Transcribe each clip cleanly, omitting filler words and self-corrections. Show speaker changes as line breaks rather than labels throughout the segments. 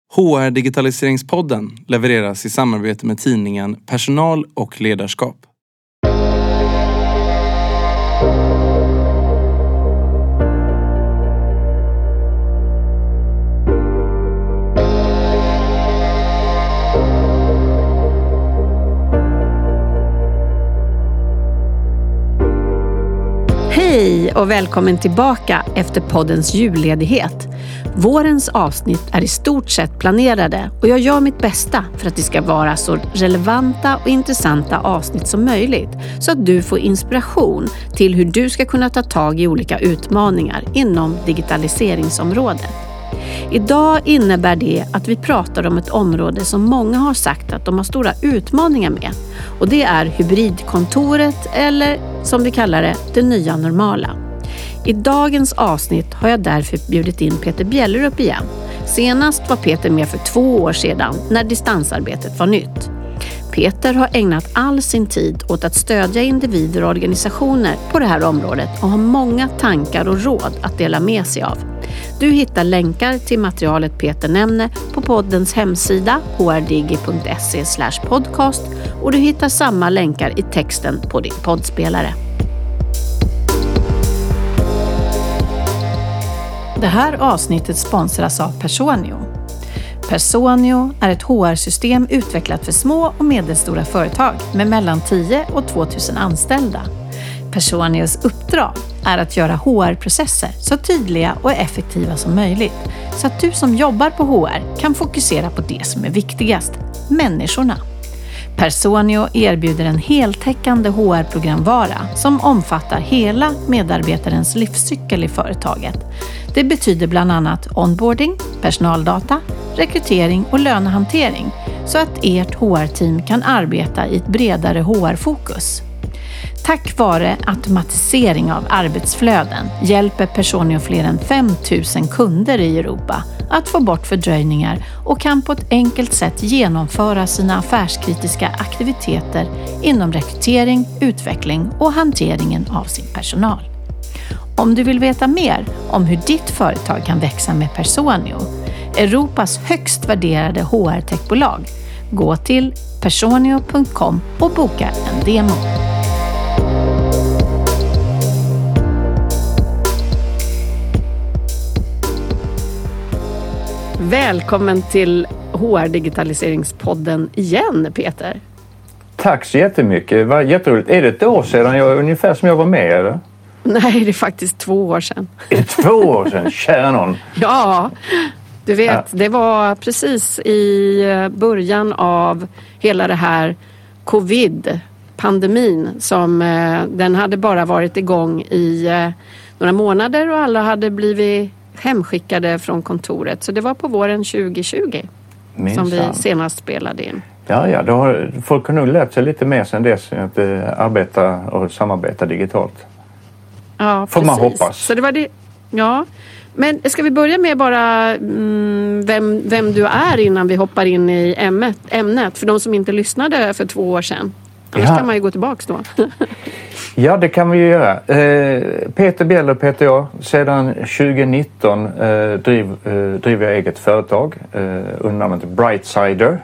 HR-digitaliseringspodden levereras i samarbete med tidningen Personal och ledarskap.
Hej och välkommen tillbaka efter poddens julledighet. Vårens avsnitt är i stort sett planerade och jag gör mitt bästa för att det ska vara så relevanta och intressanta avsnitt som möjligt så att du får inspiration till hur du ska kunna ta tag i olika utmaningar inom digitaliseringsområdet. Idag innebär det att vi pratar om ett område som många har sagt att de har stora utmaningar med, och det är hybridkontoret eller som vi kallar det nya normala. I dagens avsnitt har jag därför bjudit in Peter Bjellerup igen. Senast var Peter med för 2 år sedan när distansarbetet var nytt. Peter har ägnat all sin tid åt att stödja individer och organisationer på det här området och har många tankar och råd att dela med sig av. Du hittar länkar till materialet Peter nämner på poddens hemsida hrdigi.se/podcast och du hittar samma länkar i texten på din poddspelare. Det här avsnittet sponsras av Personio. Personio är ett HR-system utvecklat för små och medelstora företag med mellan 10 och 2000 anställda. Personios uppdrag är att göra HR-processer så tydliga och effektiva som möjligt så att du som jobbar på HR kan fokusera på det som är viktigast, människorna. Personio erbjuder en heltäckande HR-programvara som omfattar hela medarbetarens livscykel i företaget. Det betyder bland annat onboarding, personaldata, rekrytering och lönehantering så att ert HR-team kan arbeta i ett bredare HR-fokus. Tack vare automatisering av arbetsflöden hjälper Personio fler än 5000 kunder i Europa att få bort fördröjningar och kan på ett enkelt sätt genomföra sina affärskritiska aktiviteter inom rekrytering, utveckling och hanteringen av sin personal. Om du vill veta mer om hur ditt företag kan växa med Personio, Europas högst värderade HR-techbolag, gå till personio.com och boka en demo. Välkommen till HR-digitaliseringspodden igen, Peter.
Tack så jättemycket. Det var jätteroligt. Är det ett år sedan ungefär som jag var med, eller?
Nej, det är faktiskt 2 år sedan.
Är det 2 år sedan? Kära någon.
Ja, du vet, det var precis i början av hela det här covid-pandemin som den hade bara varit igång i några månader och alla hade blivit hemskickade från kontoret. Så det var på våren 2020 som vi senast spelade in.
Ja, då har folk nog lärt sig lite mer sedan dess att arbeta och samarbeta digitalt.
Ja,
får
precis.
Man hoppas.
Så det var det. Ja, men ska vi börja med bara vem du är innan vi hoppar in i ämnet? För de som inte lyssnade för 2 år sedan. Annars kan man ju gå tillbaka då.
Ja, det kan vi ju göra. Peter Bjellerup heter jag. Sedan 2019 driver jag eget företag under namnet Brightsider.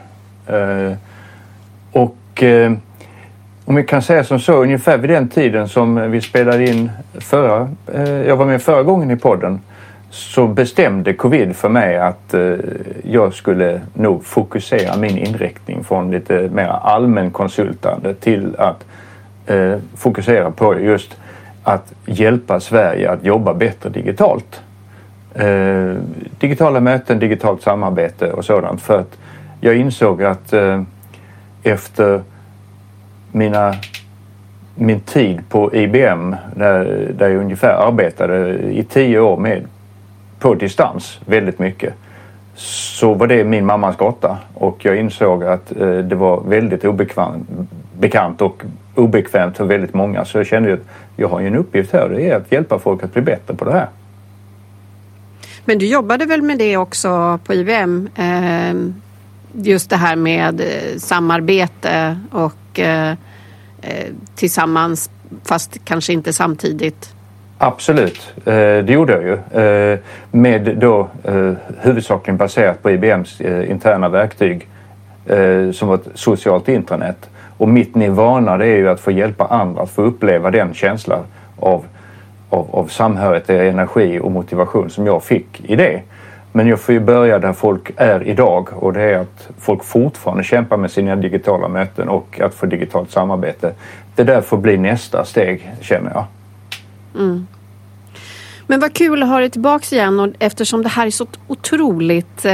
Om vi kan säga som så, ungefär vid den tiden som vi spelade in jag var med förra gången i podden, så bestämde covid för mig att jag skulle nog fokusera min inriktning från lite mer allmän konsultande till att fokusera på just att hjälpa Sverige att jobba bättre digitalt. Digitala möten, digitalt samarbete och sådant. För att jag insåg att efter min tid på IBM där jag ungefär arbetade i 10 år på distans väldigt mycket, så var det min mammas grotta, och jag insåg att det var väldigt bekant och obekvämt för väldigt många, så jag kände att jag har ju en uppgift här, det är att hjälpa folk att bli bättre på det här.
Men du jobbade väl med det också på IBM, just det här med samarbete och tillsammans, fast kanske inte samtidigt?
Absolut, det gjorde jag ju. Med då huvudsakligen baserat på IBMs interna verktyg som var ett socialt intranät. Och mitt nirvana, det är ju att få hjälpa andra att få uppleva den känslan av samhörighet, energi och motivation som jag fick i det. Men jag får ju börja där folk är idag, och det är att folk fortfarande kämpar med sina digitala möten och att få digitalt samarbete. Det där får bli nästa steg, känner jag.
Mm. Men vad kul att ha det tillbaka igen, och eftersom det här är så otroligt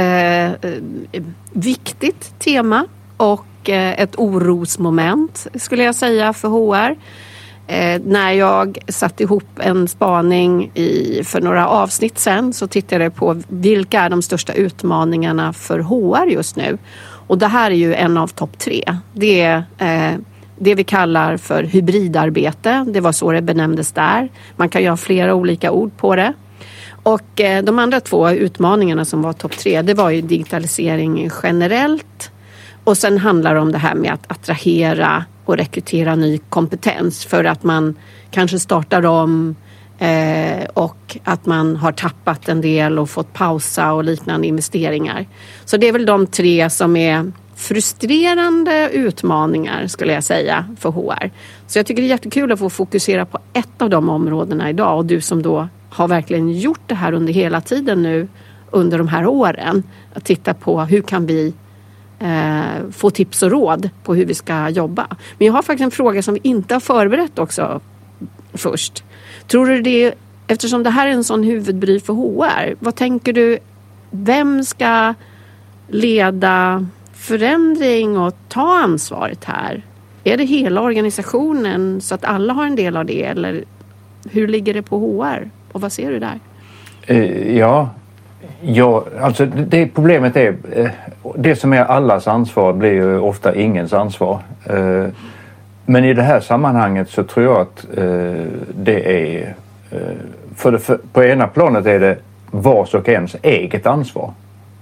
viktigt tema och ett orosmoment skulle jag säga för HR. När jag satt ihop en spaning för några avsnitt sen, så tittade jag på vilka är de största utmaningarna för HR just nu. Och det här är ju en av topp 3. Det är det vi kallar för hybridarbete. Det var så det benämndes där. Man kan ju ha flera olika ord på det. Och de andra 2 utmaningarna som var topp 3, det var ju digitalisering generellt. Och sen handlar det om det här med att attrahera och rekrytera ny kompetens för att man kanske startar om och att man har tappat en del och fått pausa och liknande investeringar. Så det är väl de 3 som är frustrerande utmaningar skulle jag säga för HR. Så jag tycker det är jättekul att få fokusera på ett av de områdena idag, och du som då har verkligen gjort det här under hela tiden nu under de här åren, att titta på hur kan vi få tips och råd på hur vi ska jobba. Men jag har faktiskt en fråga som vi inte har förberett också först. Tror du det, eftersom det här är en sån huvudbry för HR, vad tänker du, vem ska leda förändring och ta ansvaret här? Är det hela organisationen så att alla har en del av det, eller hur ligger det på HR? Och vad ser du där?
Ja, alltså det problemet är, det som är allas ansvar blir ju ofta ingens ansvar. Men i det här sammanhanget så tror jag att det är, på ena planet är det vars och ens eget ansvar.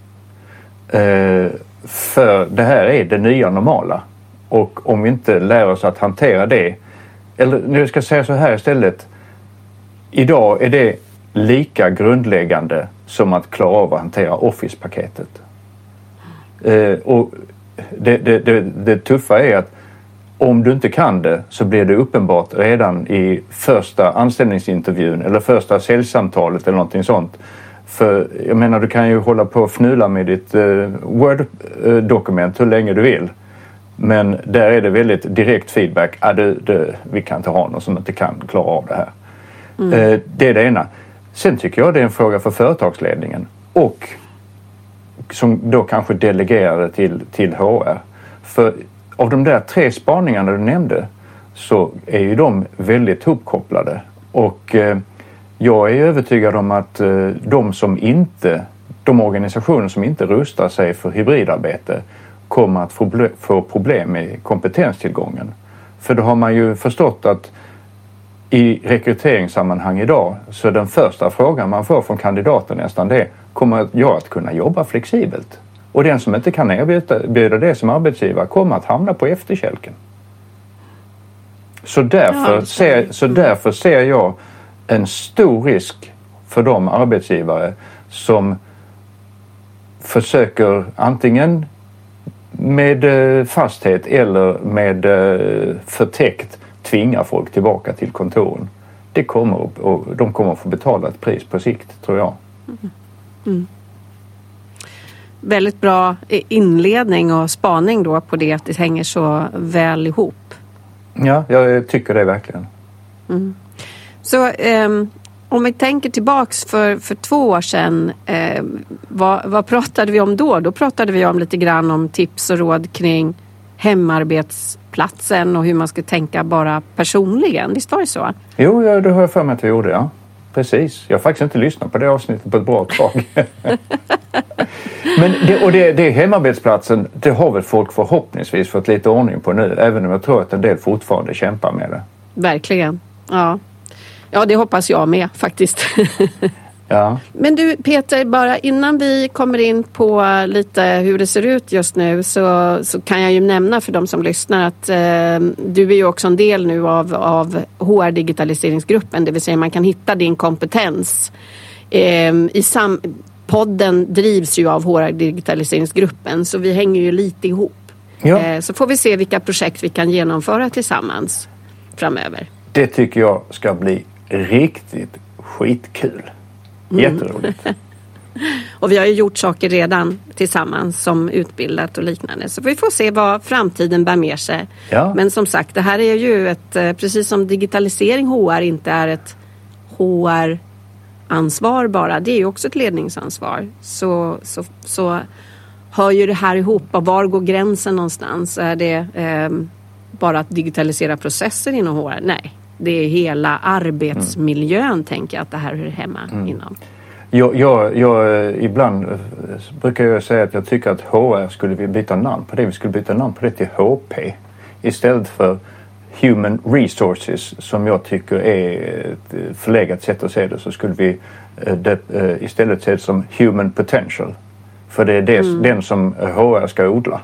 För det här är det nya normala. Och om vi inte lär oss att hantera det, eller nu ska jag säga så här istället, idag är det lika grundläggande som att klara av att hantera Office-paketet. Och det tuffa är att om du inte kan det så blir det uppenbart redan i första anställningsintervjun eller första säljsamtalet eller någonting sånt. För jag menar, du kan ju hålla på och fnula med ditt Word-dokument hur länge du vill. Men där är det väldigt direkt feedback. Vi kan inte ha någon som inte kan klara av det här. Mm. Det är det ena. Sen tycker jag det är en fråga för företagsledningen och som då kanske delegerar det till HR. För av de där 3 spaningarna du nämnde så är ju de väldigt ihopkopplade. Och jag är övertygad om att de organisationer som inte rustar sig för hybridarbete kommer att få problem med kompetenstillgången. För då har man ju förstått att i rekryteringssammanhang idag så är den första frågan man får från kandidaten nästan det: kommer jag att kunna jobba flexibelt? Och den som inte kan erbjuda det som arbetsgivare kommer att hamna på efterkälken. Så därför ser jag en stor risk för de arbetsgivare som försöker antingen med fasthet eller med förtäckt tvinga folk tillbaka till kontoren. De kommer att få betala ett pris på sikt, tror jag.
Mm. Väldigt bra inledning och spaning då på det, att det hänger så väl ihop.
Ja, jag tycker det verkligen.
Mm. Så om vi tänker tillbaks för 2 år sedan, vad pratade vi om då? Då pratade vi om lite grann om tips och råd kring hemarbetsplatsen och hur man ska tänka bara personligen. Visst var det så?
Jo, det har jag för mig att vi gjorde, ja. Precis. Jag har faktiskt inte lyssnat på det avsnittet på ett bra tag. Men det hemarbetsplatsen, det har väl folk förhoppningsvis fått lite ordning på nu, även om jag tror att en del fortfarande kämpar med det.
Verkligen, ja. Ja, det hoppas jag med faktiskt.
Ja.
Men du Peter, bara innan vi kommer in på lite hur det ser ut just nu så kan jag ju nämna för de som lyssnar att du är ju också en del nu av HR-digitaliseringsgruppen, det vill säga man kan hitta din kompetens. Podden drivs ju av HR-digitaliseringsgruppen så vi hänger ju lite ihop.
Ja.
Så får vi se vilka projekt vi kan genomföra tillsammans framöver.
Det tycker jag ska bli riktigt skitkul. Jätteroligt.
Och vi har ju gjort saker redan tillsammans som utbildat och liknande. Så vi får se vad framtiden bär med sig.
Ja.
Men som sagt, det här är ju precis som digitalisering HR inte är ett HR-ansvar bara. Det är ju också ett ledningsansvar. Så hör ju det här ihop. Och var går gränsen någonstans? Är det bara att digitalisera processer inom HR? Nej. Det är hela arbetsmiljön tänker jag att det här hör hemma inom.
Jag ibland brukar jag säga att jag tycker att HR skulle vi byta namn på det. Vi skulle byta namn på det till HP istället för Human Resources som jag tycker är ett förlegat sätt att se det. Så skulle vi istället se det som Human Potential. För det är den som HR ska odla.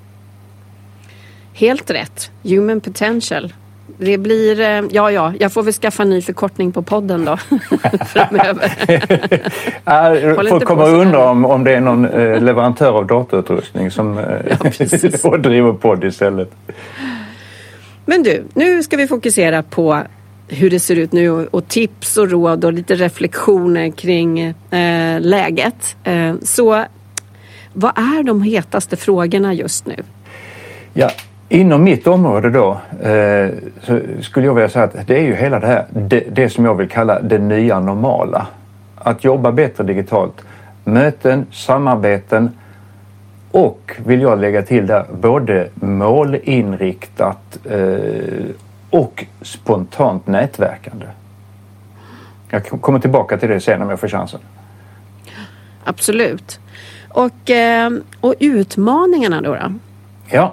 Helt rätt. Human Potential. Det blir, jag får väl skaffa en ny förkortning på podden då framöver.
Folk kommer att undra om det är någon leverantör av datorutrustning som driver podd istället.
Men du, nu ska vi fokusera på hur det ser ut nu och tips och råd och lite reflektioner kring läget. Så vad är de hetaste frågorna just nu?
Ja. Inom mitt område då så skulle jag vilja säga att det är ju hela det här, det som jag vill kalla det nya normala. Att jobba bättre digitalt. Möten, samarbeten och vill jag lägga till där både målinriktat och spontant nätverkande. Jag kommer tillbaka till det sen om jag får chansen.
Absolut. Och utmaningarna då?
Ja.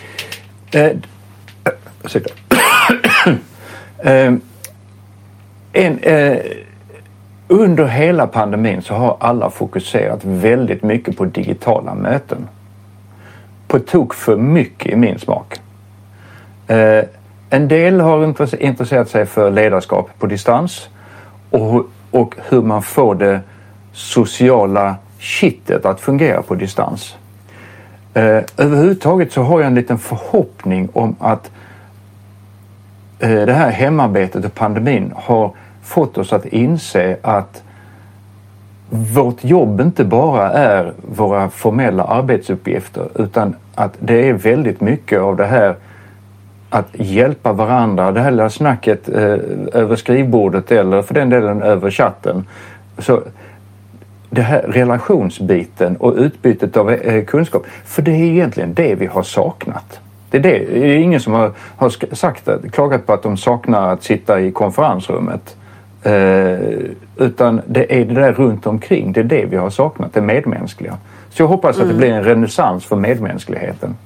Under hela pandemin så har alla fokuserat väldigt mycket på digitala möten. På tok för mycket i min smak. En del har intresserat sig för ledarskap på distans och hur man får det sociala kittet att fungera på distans. Överhuvudtaget så har jag en liten förhoppning om att det här hemarbetet och pandemin har fått oss att inse att vårt jobb inte bara är våra formella arbetsuppgifter utan att det är väldigt mycket av det här att hjälpa varandra, det här lilla snacket över skrivbordet eller för den delen över chatten. Så det här relationsbiten och utbytet av kunskap. För det är egentligen det vi har saknat. Det är ingen som har sagt det, klagat på att de saknar att sitta i konferensrummet. Utan det är det där runt omkring. Det är det vi har saknat, det medmänskliga. Så jag hoppas att det blir en renässans för medmänskligheten.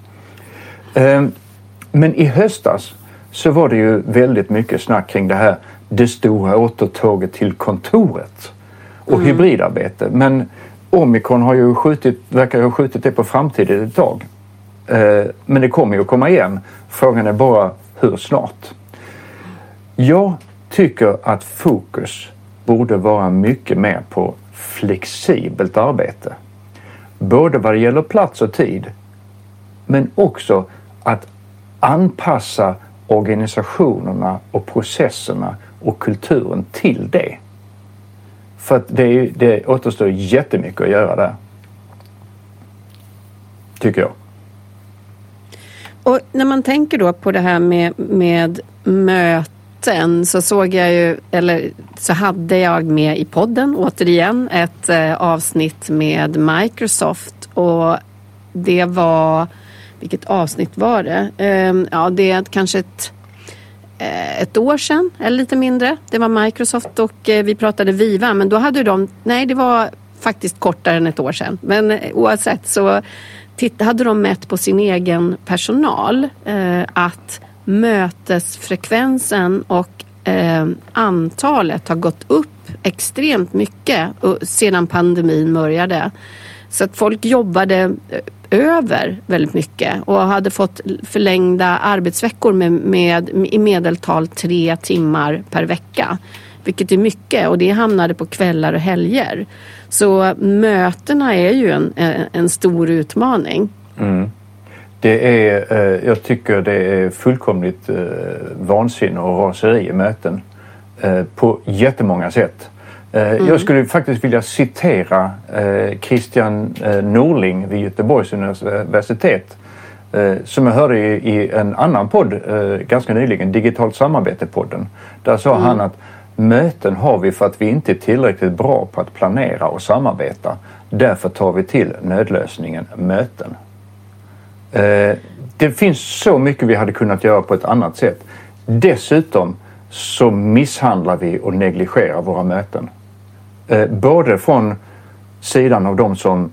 Men i höstas så var det ju väldigt mycket snack kring det här. Det stora återtåget till kontoret. Och hybridarbete. Men Omikron verkar ha skjutit det på framtiden ett tag. Men det kommer ju att komma igen. Frågan är bara hur snart. Jag tycker att fokus borde vara mycket mer på flexibelt arbete. Både vad det gäller plats och tid. Men också att anpassa organisationerna och processerna och kulturen till det. För att det återstår jättemycket att göra där. Tycker jag.
Och när man tänker då på det här med möten så såg jag ju, eller så hade jag med i podden återigen ett avsnitt med Microsoft och det var, vilket avsnitt var det? Det är kanske ett år sedan eller lite mindre. Det var Microsoft och vi pratade Viva, men då hade det var faktiskt kortare än ett år sedan. Men oavsett så hade de mätt på sin egen personal att mötesfrekvensen och antalet har gått upp extremt mycket sedan pandemin började. Så att folk jobbade över väldigt mycket och hade fått förlängda arbetsveckor med i medeltal 3 timmar per vecka. Vilket är mycket, och det hamnade på kvällar och helger. Så mötena är ju en stor utmaning.
Mm. Jag tycker det är fullkomligt vansinne och raseri i möten på jättemånga sätt. Jag skulle faktiskt vilja citera Christian Norling vid Göteborgs universitet som jag hörde i en annan podd ganska nyligen, Digitalt samarbete-podden. Där sa han att möten har vi för att vi inte är tillräckligt bra på att planera och samarbeta. Därför tar vi till nödlösningen möten. Det finns så mycket vi hade kunnat göra på ett annat sätt. Dessutom så misshandlar vi och negligerar våra möten. Både från sidan av de som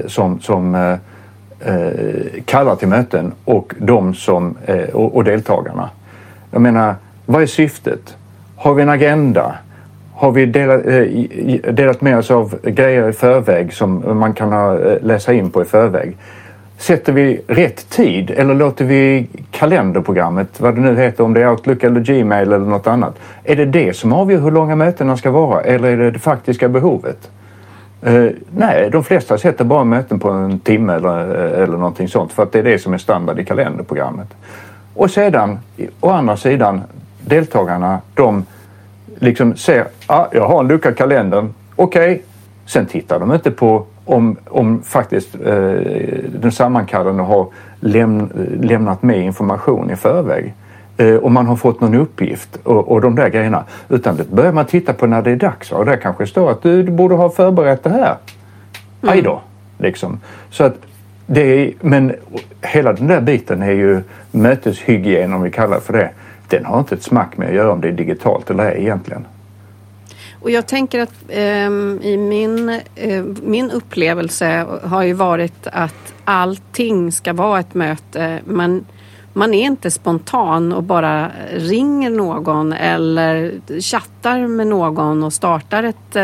kallar till möten och de som och deltagarna. Jag menar, vad är syftet? Har vi en agenda? Har vi delat med oss av grejer i förväg som man kan läsa in på i förväg? Sätter vi rätt tid eller låter vi kalenderprogrammet, vad det nu heter, om det är Outlook eller Gmail eller något annat? Är det som avgör hur långa mötena ska vara eller är det faktiska behovet? Nej, de flesta sätter bara möten på en timme eller någonting sånt för att det är det som är standard i kalenderprogrammet. Och sedan, å andra sidan, deltagarna, de liksom ser, jag har en lucka i kalendern, okej. Sen tittar de inte på om faktiskt den sammankallande har lämnat med information i förväg. Om man har fått någon uppgift och de där grejerna. Utan det börjar man titta på när det är dags. Och där kanske står att du borde ha förberett det här. Aj då, liksom. Så att men hela den där biten är ju möteshygien, om vi kallar det för det. Den har inte ett smack med att göra om det är digitalt eller ej egentligen.
Och jag tänker att i min upplevelse har ju varit att allting ska vara ett möte. Man är inte spontan och bara ringer någon eller chattar med någon och startar ett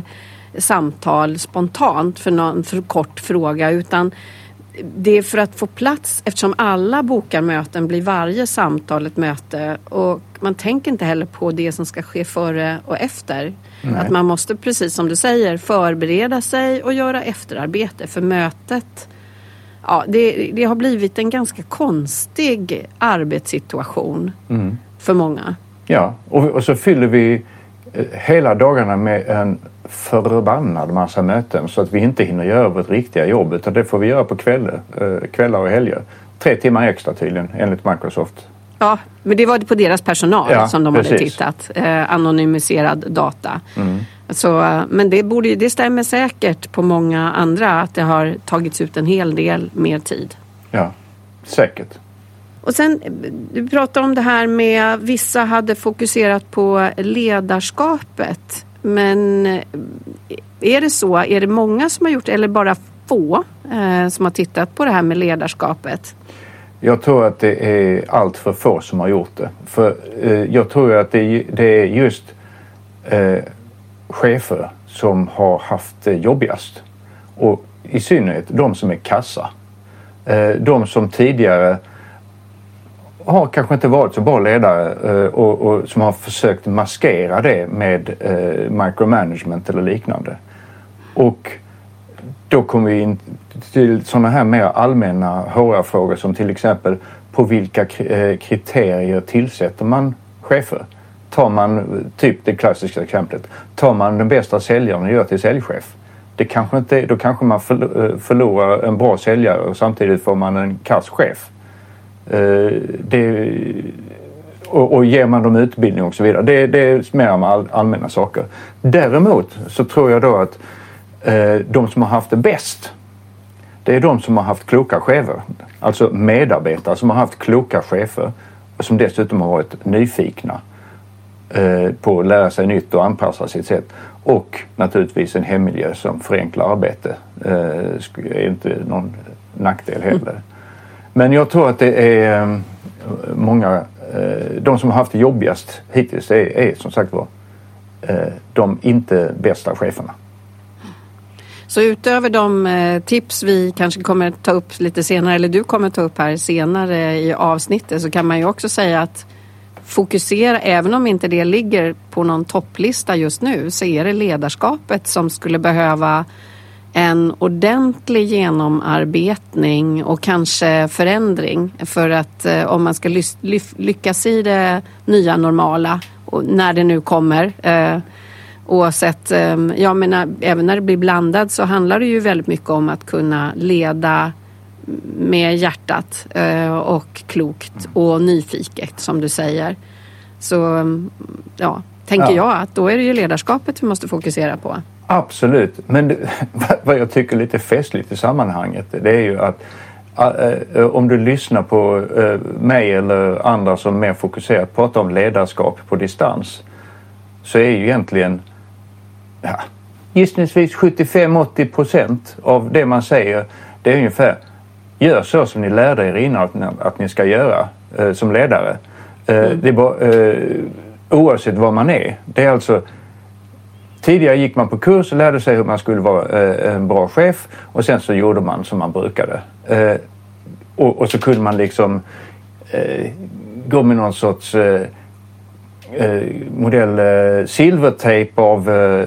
samtal spontant för någon för kort fråga, utan det är för att få plats, eftersom alla bokar möten blir varje samtal ett möte och man tänker inte heller på det som ska ske före och efter. Nej. Att man måste, precis som du säger, förbereda sig och göra efterarbete för mötet. Ja, det har blivit en ganska konstig arbetssituation för många. Ja,
och så fyller vi hela dagarna med en förbannad massa möten så att vi inte hinner göra vårt riktiga jobb, utan det får vi göra på kvällar och helger. 3 timmar extra tydligen, enligt Microsoft.
Ja, men det var på deras personal som de hade tittat. Anonymiserad data. Så, men det stämmer säkert på många andra att det har tagits ut en hel del mer tid.
Ja, säkert.
Och sen, du pratade om det här med vissa hade fokuserat på ledarskapet. Men är det så? Är det många som har gjort det eller bara få som har tittat på det här med ledarskapet?
Jag tror att det är allt för få som har gjort det. För jag tror att det är just chefer som har haft det jobbigast. Och i synnerhet de som är kassa. De som tidigare har kanske inte varit så bra ledare och som har försökt maskera det med micromanagement eller liknande. Och då kommer vi in till sådana här mer allmänna HR-frågor som till exempel på vilka kriterier tillsätter man chefer? Tar man, typ det klassiska exemplet, tar man den bästa säljaren och gör till säljchef? Det kanske inte, då kanske man förlorar en bra säljare och samtidigt får man en kass chef. Och ger man dem utbildning och så vidare. Det är mer om allmänna saker. Däremot så tror jag då att de som har haft det bäst, det är de som har haft kloka chefer. Alltså medarbetare som har haft kloka chefer och som dessutom har varit nyfikna på att lära sig nytt och anpassa sitt sätt. Och naturligtvis en hemmiljö som förenklar arbete är inte någon nackdel heller. Men jag tror att det är många, de som har haft det jobbigast hittills är som sagt var de inte bästa cheferna.
Så utöver de tips vi kanske kommer ta upp lite senare, eller du kommer ta upp här senare i avsnittet, så kan man ju också säga att fokusera, även om inte det ligger på någon topplista just nu, så är det ledarskapet som skulle behöva en ordentlig genomarbetning och kanske förändring för att om man ska lyckas i det nya normala och när det nu kommer, oavsett, jag menar, även när det blir blandat så handlar det ju väldigt mycket om att kunna leda med hjärtat och klokt och nyfiket som du säger. Så tänker jag att då är det ju ledarskapet vi måste fokusera på.
Absolut, men vad jag tycker är lite festligt i sammanhanget, det är ju att om du lyssnar på mig eller andra som mer fokuserat pratar om ledarskap på distans, så är ju egentligen gissningsvis 75-80% av det man säger, det är ungefär gör så som ni lärde er innan att ni ska göra som ledare. Det är bara, oavsett vad man är. Det är alltså, tidigare gick man på kurs och lärde sig hur man skulle vara en bra chef, och sen så gjorde man som man brukade. Och så kunde man liksom gå med någon sorts modell silvertejp av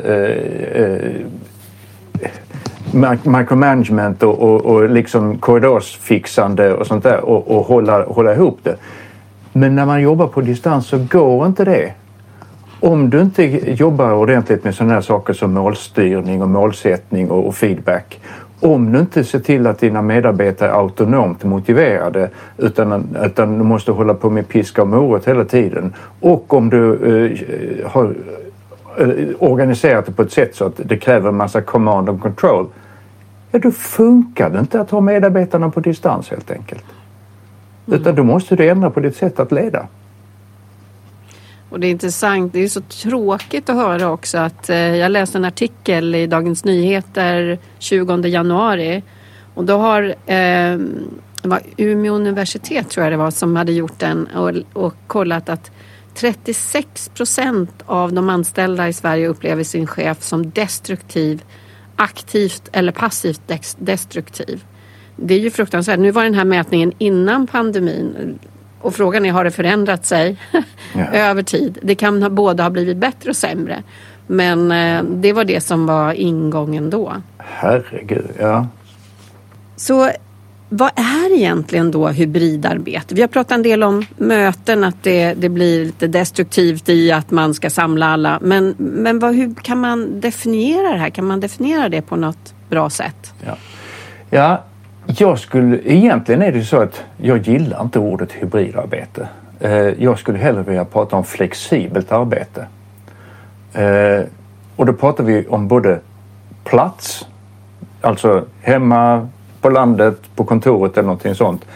micromanagement och liksom korridorsfixande och sånt där och hålla ihop det. Men när man jobbar på distans så går inte det. Om du inte jobbar ordentligt med sådana här saker som målstyrning och målsättning och feedback, om du inte ser till att dina medarbetare är autonomt motiverade utan du måste hålla på med piska och morot hela tiden, och om du har organiserat det på ett sätt så att det kräver en massa command and control, då funkar det inte att ha medarbetarna på distans helt enkelt. Utan då måste du ändra på ditt sätt att leda.
Och det är intressant, det är så tråkigt att höra också att jag läste en artikel i Dagens Nyheter 20 januari, och då har det var Umeå universitet tror jag det var som hade gjort den och kollat att 36% av de anställda i Sverige upplever sin chef som destruktiv, aktivt eller passivt destruktiv. Det är ju fruktansvärt. Nu var den här mätningen innan pandemin. Och frågan är, har det förändrat sig över tid? Det kan både ha blivit bättre och sämre. Men det var det som var ingången då.
Herregud, ja.
Så vad är egentligen då hybridarbete? Vi har pratat en del om möten, att det blir lite destruktivt i att man ska samla alla. Men hur kan man definiera det här? Kan man definiera det på något bra sätt?
Ja. Egentligen är det så att jag gillar inte ordet hybridarbete. Jag skulle hellre vilja prata om flexibelt arbete. Och då pratar vi om både plats, alltså hemma, på landet, på kontoret eller någonting sånt.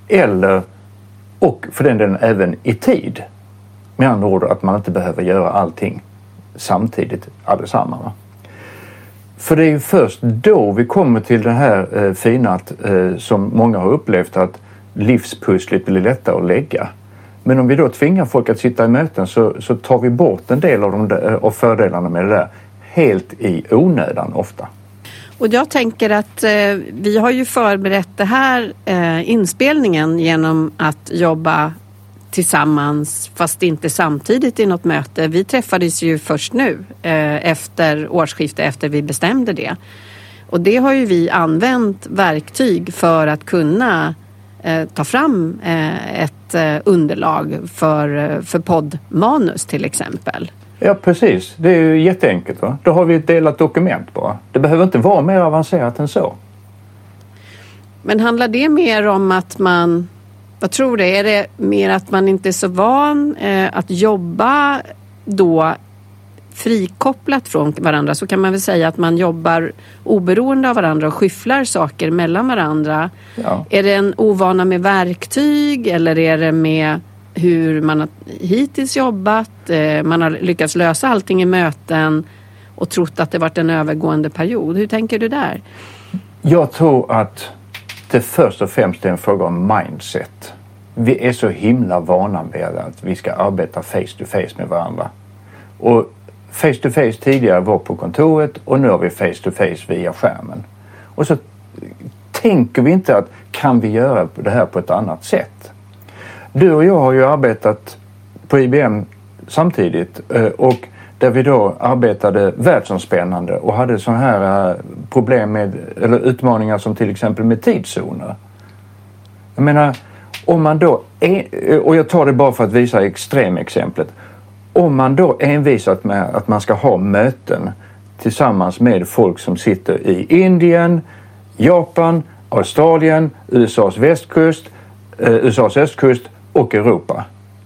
Och för den delen även i tid. Med andra ord att man inte behöver göra allting samtidigt allesammans. För det är ju först då vi kommer till det här fina som många har upplevt, att livspusslet blir lättare att lägga. Men om vi då tvingar folk att sitta i möten så tar vi bort en del av fördelarna med det där helt i onödan ofta.
Och jag tänker att vi har ju förberett det här inspelningen genom att jobba tillsammans fast inte samtidigt i något möte. Vi träffades ju först nu efter årsskiftet, efter vi bestämde det. Och det har ju vi använt verktyg för att kunna ta fram ett underlag för poddmanus till exempel.
Ja, precis. Det är ju jätteenkelt. Va? Då har vi ett delat dokument bara. Det behöver inte vara mer avancerat än så.
Men handlar det mer om att man... Vad tror du? Är det mer att man inte är så van att jobba då frikopplat från varandra? Så kan man väl säga att man jobbar oberoende av varandra och skyfflar saker mellan varandra. Ja. Är det en ovana med verktyg eller är det med hur man har hittills jobbat? Man har lyckats lösa allting i möten och trott att det varit en övergående period. Hur tänker du där?
Jag tror att det först och främst är en fråga om mindset. Vi är så himla vana med att vi ska arbeta face to face med varandra. Och face to face tidigare var på kontoret och nu har vi face to face via skärmen. Och så tänker vi inte att kan vi göra det här på ett annat sätt? Du och jag har ju arbetat på IBM samtidigt och där vi då arbetade världsomspännande och hade sådana här problem med, eller utmaningar som till exempel med tidszoner. Jag menar, om man då, och jag tar det bara för att visa extremexemplet, om man då envisat med att man ska ha möten tillsammans med folk som sitter i Indien, Japan, Australien, USAs västkust, USAs östkust och Europa.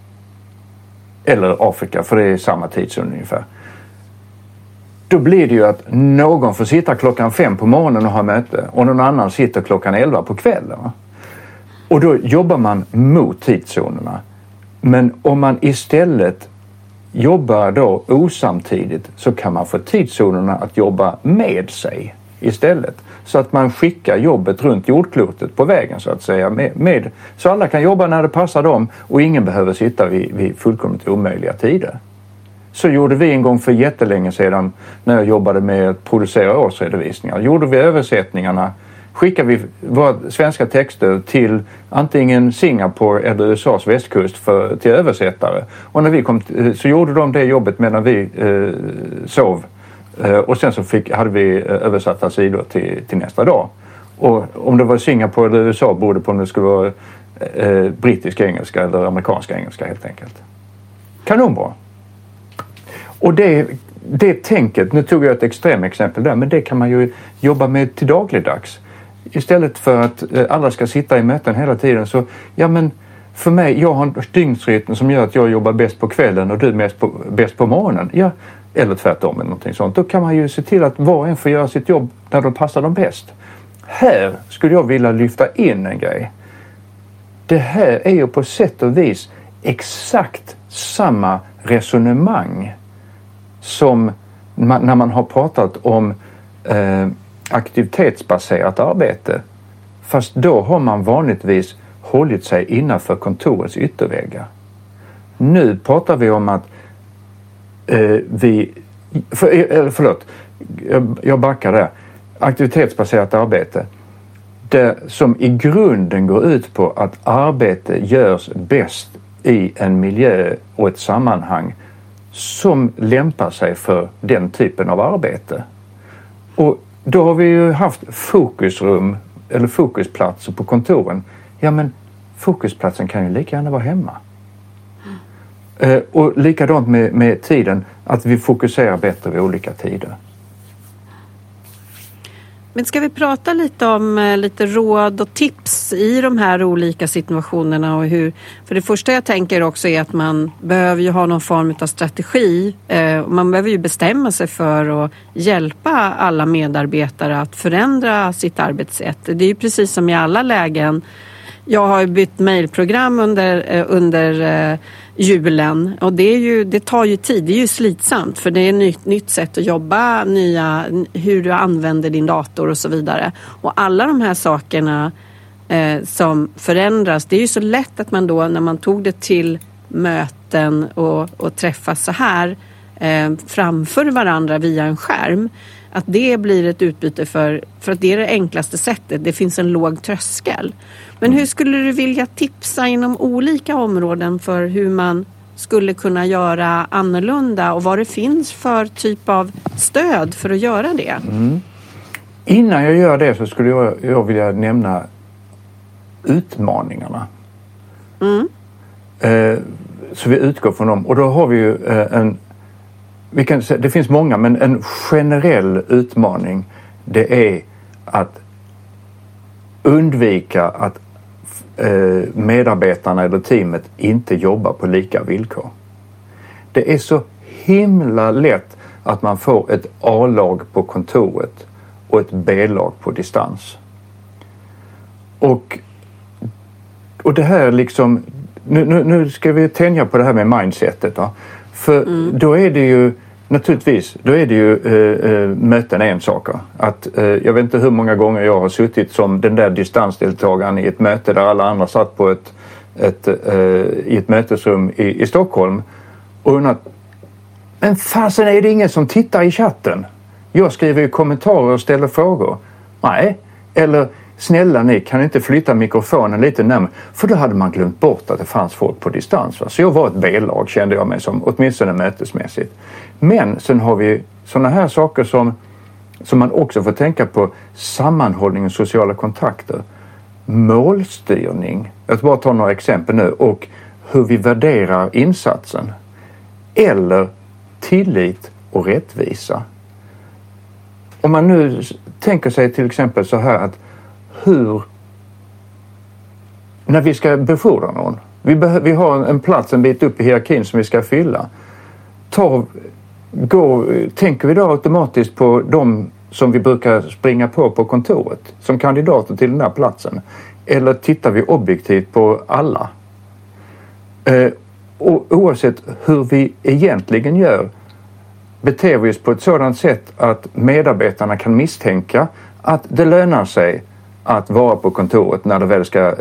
Eller Afrika, för det är samma tidszon ungefär. Då blir det ju att någon får sitta klockan 5 på morgonen och ha möte och någon annan sitter klockan 11 på kvällen. Och då jobbar man mot tidszonerna. Men om man istället jobbar då osamtidigt så kan man få tidszonerna att jobba med sig istället. Så att man skickar jobbet runt jordklotet på vägen så att säga. Så alla kan jobba när det passar dem och ingen behöver sitta vid fullkomligt omöjliga tider. Så gjorde vi en gång för jättelänge sedan när jag jobbade med att producera årsredovisningar. Gjorde vi översättningarna, skickade vi våra svenska texter till antingen Singapore eller USAs västkust till översättare. Och när vi kom så gjorde de det jobbet medan vi sov. Och sen så hade vi översatta sidor till nästa dag. Och om det var Singapore eller USA berodde på om det skulle vara brittisk engelska eller amerikanska engelska helt enkelt. Kanonbra. Och det tänket, nu tog jag ett extremexempel där, men det kan man ju jobba med till dagligdags. Istället för att alla ska sitta i möten hela tiden så, ja men för mig, jag har en dygnsrytm som gör att jag jobbar bäst på kvällen och du bäst på morgonen. Ja, eller tvärtom eller någonting sånt. Då kan man ju se till att var och en får göra sitt jobb när de passar dem bäst. Här skulle jag vilja lyfta in en grej. Det här är ju på sätt och vis exakt samma resonemang som när man har pratat om aktivitetsbaserat arbete. Fast då har man vanligtvis hållit sig innanför kontorets ytterväggar. Nu pratar vi om att jag backar där. Aktivitetsbaserat arbete. Det som i grunden går ut på att arbete görs bäst i en miljö och ett sammanhang som lämpar sig för den typen av arbete. Och då har vi ju haft fokusrum eller fokusplatser på kontoren. Ja, men fokusplatsen kan ju lika gärna vara hemma. Och likadant med tiden, att vi fokuserar bättre vid olika tider.
Men ska vi prata lite om lite råd och tips i de här olika situationerna och hur, för det första jag tänker också är att man behöver ju ha någon form av strategi. Man behöver ju bestämma sig för att hjälpa alla medarbetare att förändra sitt arbetssätt. Det är ju precis som i alla lägen. Jag har bytt mejlprogram under julen och det tar ju tid, det är ju slitsamt för det är ett nytt sätt att jobba, hur du använder din dator och så vidare. Och alla de här sakerna som förändras, det är ju så lätt att man då när man tog det till möten och träffas så här framför varandra via en skärm, att det blir ett utbyte för att det är det enklaste sättet. Det finns en låg tröskel. Men hur skulle du vilja tipsa inom olika områden för hur man skulle kunna göra annorlunda och vad det finns för typ av stöd för att göra det?
Mm. Innan jag gör det så skulle jag vilja nämna utmaningarna. Mm. Så vi utgår från dem. Och då har vi ju det finns många, men en generell utmaning det är att undvika att medarbetarna eller teamet inte jobbar på lika villkor. Det är så himla lätt att man får ett A-lag på kontoret och ett B-lag på distans. Och det här liksom, nu ska vi tänja på det här med mindsetet då. För då är det ju naturligtvis, möten är en sak. Att, jag vet inte hur många gånger jag har suttit som den där distansdeltagaren i ett möte där alla andra satt på i ett mötesrum i Stockholm och undrat, Men fasen, är det ingen som tittar i chatten? Jag skriver ju kommentarer och ställer frågor. Nej. Eller snälla ni, kan inte flytta mikrofonen lite närmare? För då hade man glömt bort att det fanns folk på distans. Va? Så jag var ett B-lag, kände jag mig som, åtminstone mötesmässigt. Men sen har vi sådana här saker som man också får tänka på: sammanhållning och sociala kontakter. Målstyrning. Jag ska bara ta några exempel nu. Och hur vi värderar insatsen. Eller tillit och rättvisa. Om man nu tänker sig till exempel så här att när vi ska befordra någon, vi har en plats en bit upp i hierarkin som vi ska fylla. Tänker vi då automatiskt på de som vi brukar springa på kontoret som kandidater till den här platsen? Eller tittar vi objektivt på alla? Och oavsett hur vi egentligen gör, beter vi oss på ett sådant sätt att medarbetarna kan misstänka att det lönar sig att vara på kontoret när det väl ska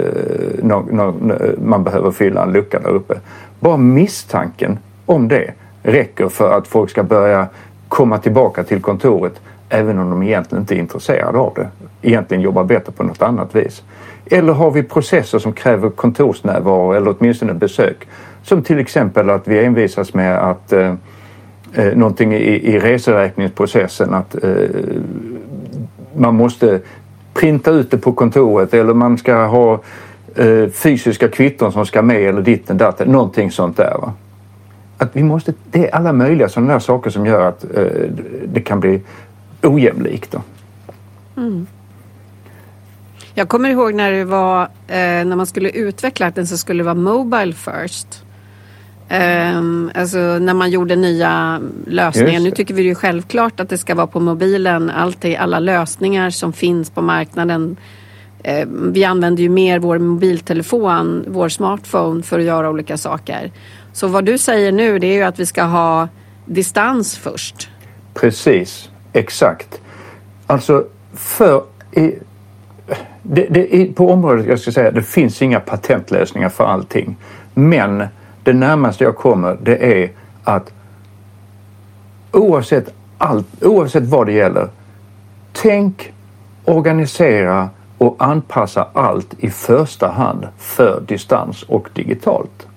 man behöver fylla en lucka där uppe. Bara misstanken om det räcker för att folk ska börja komma tillbaka till kontoret även om de egentligen inte är intresserade av det. Egentligen jobbar bättre på något annat vis. Eller har vi processer som kräver kontorsnärvaro eller åtminstone besök. Som till exempel att vi envisas med att någonting i reseräkningsprocessen att man måste printa ut det på kontoret eller man ska ha fysiska kvitton som ska med eller ditten datten, någonting sånt där. Va? Att det är alla möjliga sådana där saker som gör att det kan bli ojämlikt. Då.
Mm. Jag kommer ihåg när det var när man skulle utveckla den så skulle det vara mobile first. Alltså när man gjorde nya lösningar. Nu tycker vi ju självklart att det ska vara på mobilen. Alla lösningar som finns på marknaden. Vi använder ju mer vår mobiltelefon, vår smartphone för att göra olika saker. Så vad du säger nu, det är ju att vi ska ha distans först.
Precis, exakt. Alltså på området, jag ska säga, det finns inga patentlösningar för allting. Men det närmaste jag kommer, det är att oavsett vad det gäller, tänk, organisera och anpassa allt i första hand för distans och digitalt.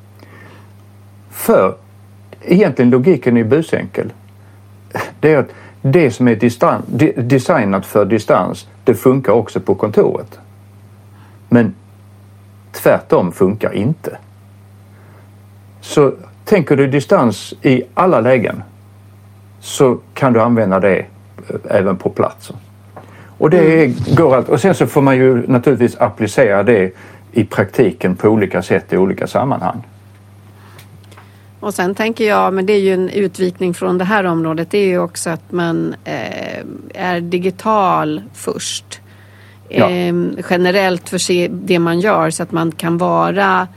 För egentligen logiken är busenkel. Det är att det som är designat för distans, det funkar också på kontoret. Men tvärtom funkar inte. Så tänker du distans i alla lägen så kan du använda det även på plats. Och det går allt. Och sen så får man ju naturligtvis applicera det i praktiken på olika sätt i olika sammanhang.
Och sen tänker jag, men det är ju en utvikning från det här området, det är ju också att man är digital först. Ja. Generellt för det man gör så att man kan vara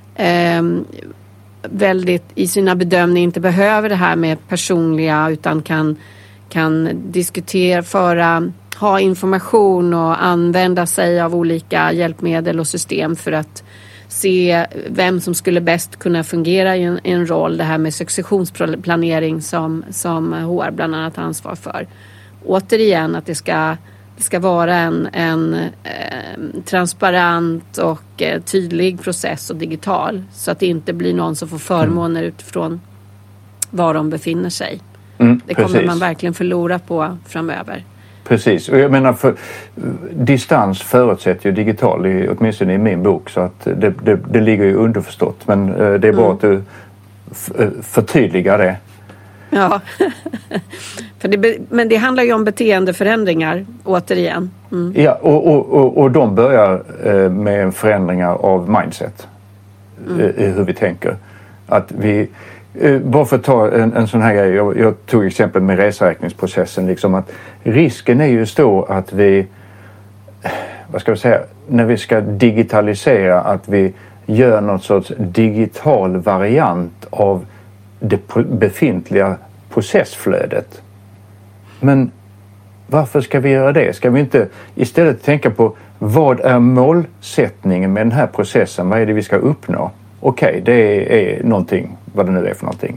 väldigt i sina bedömningar, inte behöver det här med personliga utan kan diskutera, ha information och använda sig av olika hjälpmedel och system för att se vem som skulle bäst kunna fungera i en roll. Det här med successionsplanering som HR bland annat har ansvar för. Återigen att det ska vara en transparent och tydlig process och digital. Så att det inte blir någon som får förmåner utifrån var de befinner sig. Det kommer man verkligen förlora på framöver.
Precis, och jag menar för distans förutsätter ju digital, åtminstone i min bok, så att det ligger ju underförstått. Men det är bra att du förtydligar det.
Ja, men det handlar ju om beteendeförändringar återigen.
Ja, och de börjar med förändringar av mindset. Hur vi tänker. Att vi, bara för att ta en sån här grej, jag tog exempel med reseräkningsprocessen, liksom att risken är ju stor att vi, vad ska vi säga, när vi ska digitalisera, att vi gör något sorts digital variant av det befintliga processflödet. Men varför ska vi göra det? Ska vi inte istället tänka på vad är målsättningen med den här processen? Vad är det vi ska uppnå? Okej, det är någonting, vad det nu är för någonting.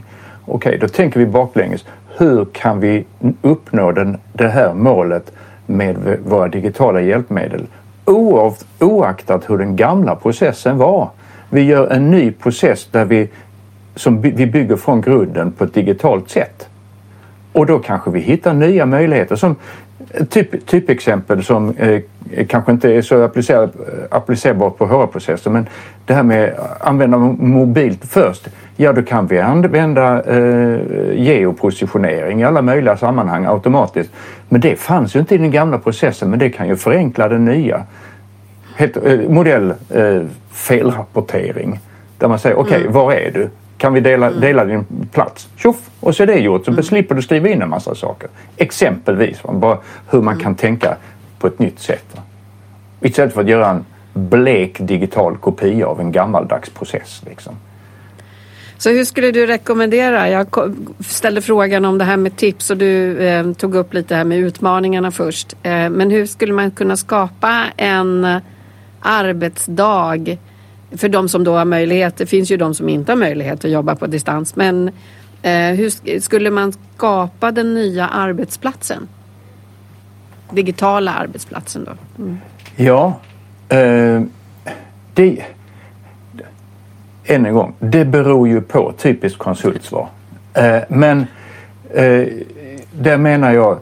Okej, då tänker vi baklänges. Hur kan vi uppnå det här målet med våra digitala hjälpmedel? Oaktat hur den gamla processen var. Vi gör en ny process där vi bygger från grunden på ett digitalt sätt. Och då kanske vi hittar nya möjligheter. Som typexempel som kanske inte är så applicerbart på HR-processer, men det här med att använda mobilt först. Ja, då kan vi använda geopositionering i alla möjliga sammanhang automatiskt. Men det fanns ju inte i den gamla processen, men det kan ju förenkla den nya. Modell felrapportering. Där man säger, okej, var är du? Kan vi dela din plats? Tjoff! Och så är det gjort. Så slipper du skriva in en massa saker. Exempelvis. Bara hur man kan tänka på ett nytt sätt. Istället för att göra en blek digital kopia av en gammaldags process. Liksom.
Så hur skulle du rekommendera? Jag ställde frågan om det här med tips och du tog upp lite här med utmaningarna först. Men hur skulle man kunna skapa en arbetsdag för de som då har möjlighet? Det finns ju de som inte har möjlighet att jobba på distans. Men hur skulle man skapa den nya arbetsplatsen? Digitala arbetsplatsen då? Mm.
Ja, än en gång, det beror ju på typiskt konsultsvar. Men där menar jag,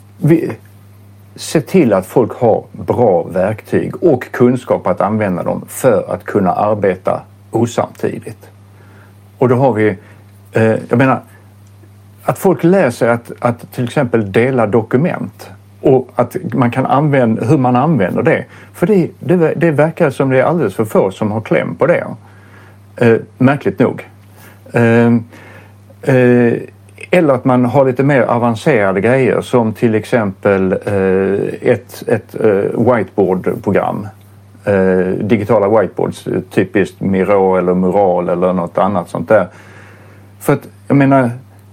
se till att folk har bra verktyg och kunskap att använda dem för att kunna arbeta osamtidigt. Och då har vi, jag menar, att folk lär sig att till exempel dela dokument och att man kan använda, hur man använder det. För det verkar som det är alldeles för få som har kläm på det. Märkligt nog. Eller att man har lite mer avancerade grejer som till exempel ett whiteboard-program. Digitala whiteboards, typiskt Miro eller Mural eller något annat sånt där. För att jag menar,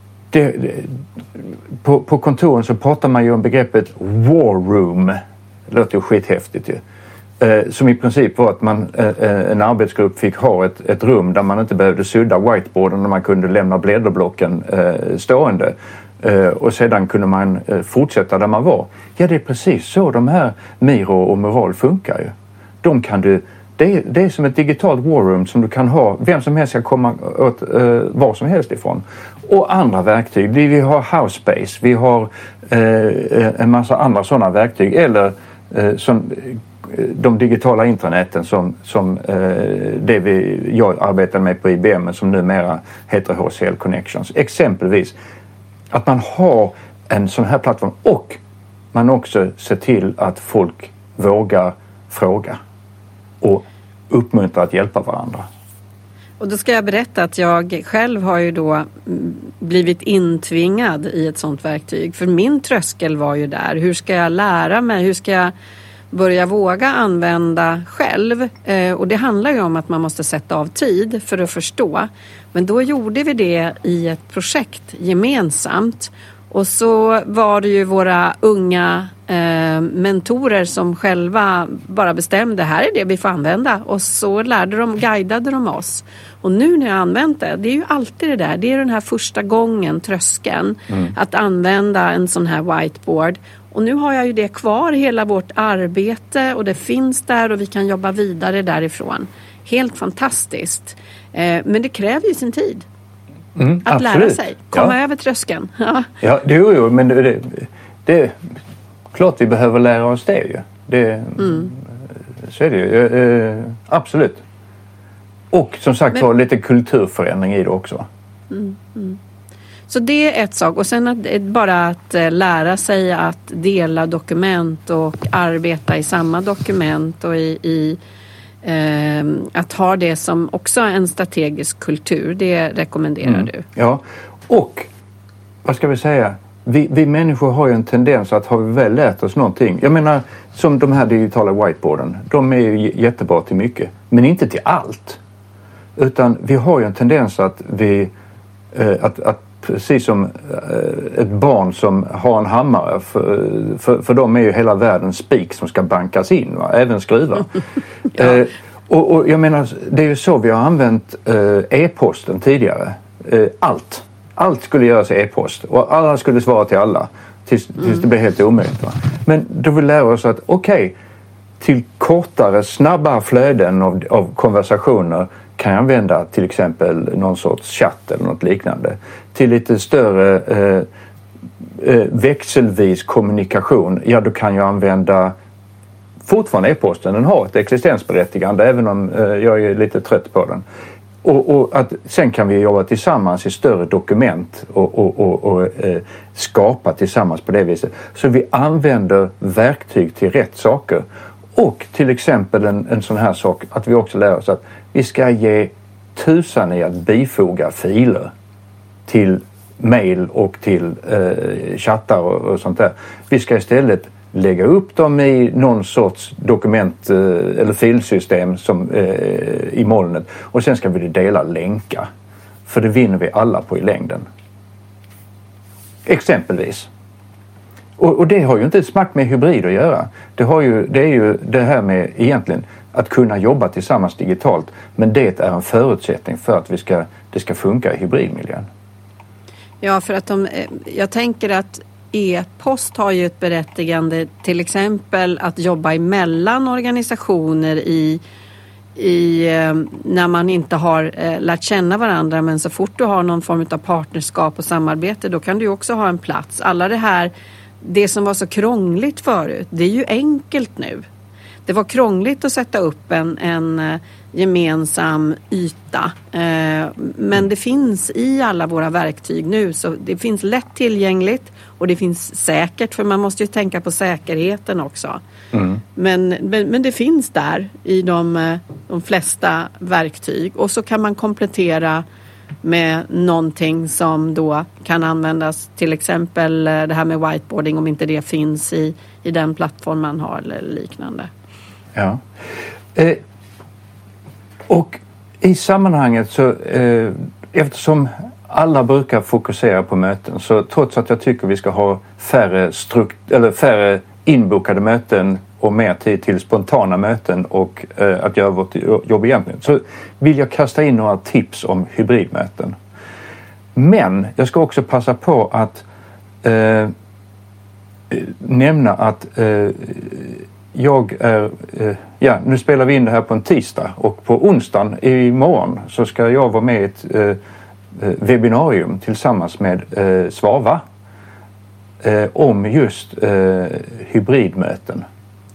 på kontoren så pratar man ju om begreppet war room. Det låter ju skithäftigt ju. Som i princip var att en arbetsgrupp fick ha ett rum där man inte behövde sudda whiteboarden, där man kunde lämna blädderblocken stående. Och sedan kunde man fortsätta där man var. Ja, det är precis så de här Miro och Mural funkar ju. Det är som ett digitalt war room som du kan ha, vem som helst ska komma åt var som helst ifrån. Och andra verktyg, vi har House Space, vi har en massa andra sådana verktyg, eller som de digitala intranäten som jag arbetar med på IBM, som numera heter HCL Connections. Exempelvis att man har en sån här plattform och man också ser till att folk vågar fråga och uppmuntra att hjälpa varandra.
Och då ska jag berätta att jag själv har ju då blivit intvingad i ett sånt verktyg. För min tröskel var ju där. Hur ska jag lära mig? Hur ska jag börja våga använda själv? Och det handlar ju om att man måste sätta av tid för att förstå. Men då gjorde vi det i ett projekt gemensamt. Och så var det ju våra unga mentorer som själva bara bestämde, här är det vi får använda. Och så guidade de oss. Och nu när jag använt det är ju alltid det där. Det är den här första gången, tröskeln, att använda en sån här whiteboard. Och nu har jag ju det kvar, hela vårt arbete, och det finns där och vi kan jobba vidare därifrån. Helt fantastiskt. Men det kräver ju sin tid. Att
absolut.
Lära sig, komma över tröskeln.
Ja, det är ju, men det är klart vi behöver lära oss det ju. Så är det ju. Absolut. Och som sagt var lite kulturförändring i det också.
Så det är ett sak. Och sen att lära sig att dela dokument och arbeta i samma dokument och att ha det som också en strategisk kultur, det rekommenderar du? Ja,
och vad ska vi säga? Vi människor har ju en tendens att har vi väl lärt oss någonting. Jag menar, som de här digitala whiteboarden, de är ju jättebra till mycket, men inte till allt. Utan vi har ju en tendens att precis som ett barn som har en hammare, för dem är ju hela världen spik som ska bankas in, va? Även skruvar. Ja. Och jag menar, det är ju så vi har använt e-posten tidigare. Allt. allt skulle göras i e-post och alla skulle svara till alla tills det blev helt omöjligt. Va? Men då vill vi lära oss att till kortare, snabbare flöden av konversationer kan jag använda till exempel någon sorts chatt eller något liknande. Till lite större växelvis kommunikation, då kan jag använda fortfarande e-posten. Den har ett existensberättigande även om jag är lite trött på den. Och att sen kan vi jobba tillsammans i större dokument och skapa tillsammans på det viset. Så vi använder verktyg till rätt saker. Och till exempel en sån här sak att vi också lär oss att vi ska ge tusan i att bifoga filer till mail och till chattar och sånt där. Vi ska istället lägga upp dem i någon sorts dokument eller filsystem som, i molnet och sen ska vi dela länkar. För det vinner vi alla på i längden. Exempelvis. Och det har ju inte ett smack med hybrid att göra. Det är ju det här med egentligen att kunna jobba tillsammans digitalt. Men det är en förutsättning för att det ska funka i hybridmiljön.
Ja, för att jag tänker att e-post har ju ett berättigande till exempel att jobba emellan organisationer när man inte har lärt känna varandra, men så fort du har någon form av partnerskap och samarbete då kan du också ha en plats. Det som var så krångligt förut, det är ju enkelt nu. Det var krångligt att sätta upp en gemensam yta. Men det finns i alla våra verktyg nu. Så det finns lätt tillgängligt och det finns säkert. För man måste ju tänka på säkerheten också. Mm. Men det finns där i de flesta verktyg. Och så kan man komplettera med någonting som då kan användas. Till exempel det här med whiteboarding om inte det finns i den plattform man har eller liknande.
Ja. Och i sammanhanget så eftersom alla brukar fokusera på möten så trots att jag tycker vi ska ha färre inbokade möten och mer tid till spontana möten och att göra vårt jobb egentligen så vill jag kasta in några tips om hybridmöten. Men jag ska också passa på att nämna att nu spelar vi in det här på en tisdag och på onsdagen imorgon så ska jag vara med i ett webbinarium tillsammans med Svava om just hybridmöten.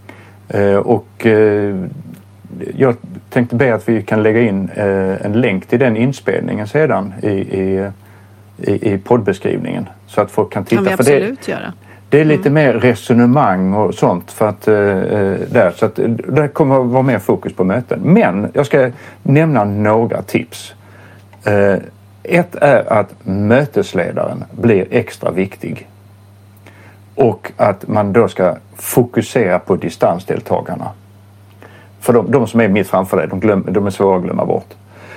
Jag tänkte be att vi kan lägga in en länk till den inspelningen sedan i poddbeskrivningen så att folk kan titta.
Kan vi absolut göra.
Det är lite mer resonemang och sånt för att så att där kommer att vara mer fokus på möten. Men jag ska nämna några tips. Ett är att mötesledaren blir extra viktig. Och att man då ska fokusera på distansdeltagarna. För de som är mitt framför dig, de är svåra att glömma bort.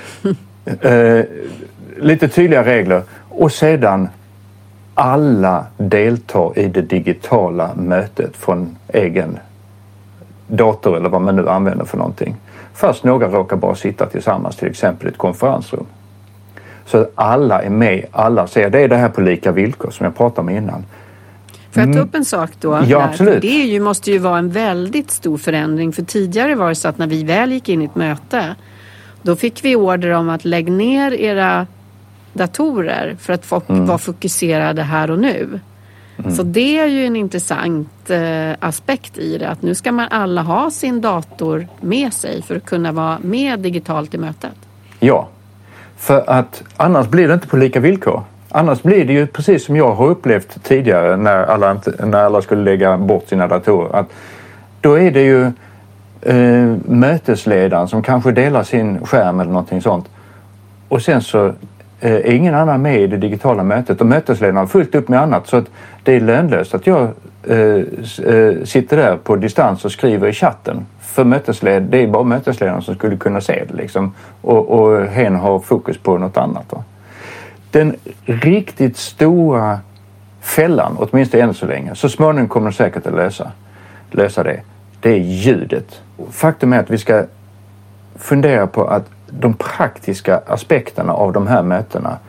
Lite tydliga regler. Och sedan alla deltar i det digitala mötet från egen dator eller vad man nu använder för någonting. Fast några råkar bara sitta tillsammans till exempel i ett konferensrum. Så att alla är med, alla ser. Det är det här på lika villkor som jag pratade om innan.
Får jag ta upp en sak då?
Ja, absolut.
Det måste ju vara en väldigt stor förändring. För tidigare var det så att när vi väl gick in i ett möte då fick vi order om att lägga ner era datorer för att folk var fokuserade här och nu. Så det är ju en intressant aspekt i det. Att nu ska man alla ha sin dator med sig för att kunna vara med digitalt i mötet. Ja,
för att annars blir det inte på lika villkor. Annars blir det ju precis som jag har upplevt tidigare när alla skulle lägga bort sina datorer. Att då är det ju mötesledaren som kanske delar sin skärm eller någonting sånt. Och sen så är ingen annan med i det digitala mötet och mötesledaren har fullt upp med annat så att det är lönlöst att jag sitter där på distans och skriver i chatten. För det är bara mötesledaren som skulle kunna se det liksom. Och hen har fokus på något annat. Då. Den riktigt stora fällan, åtminstone än så länge, så småningom kommer de säkert att lösa det. Det är ljudet. Faktum är att vi ska fundera på att de praktiska aspekterna av de här mötena,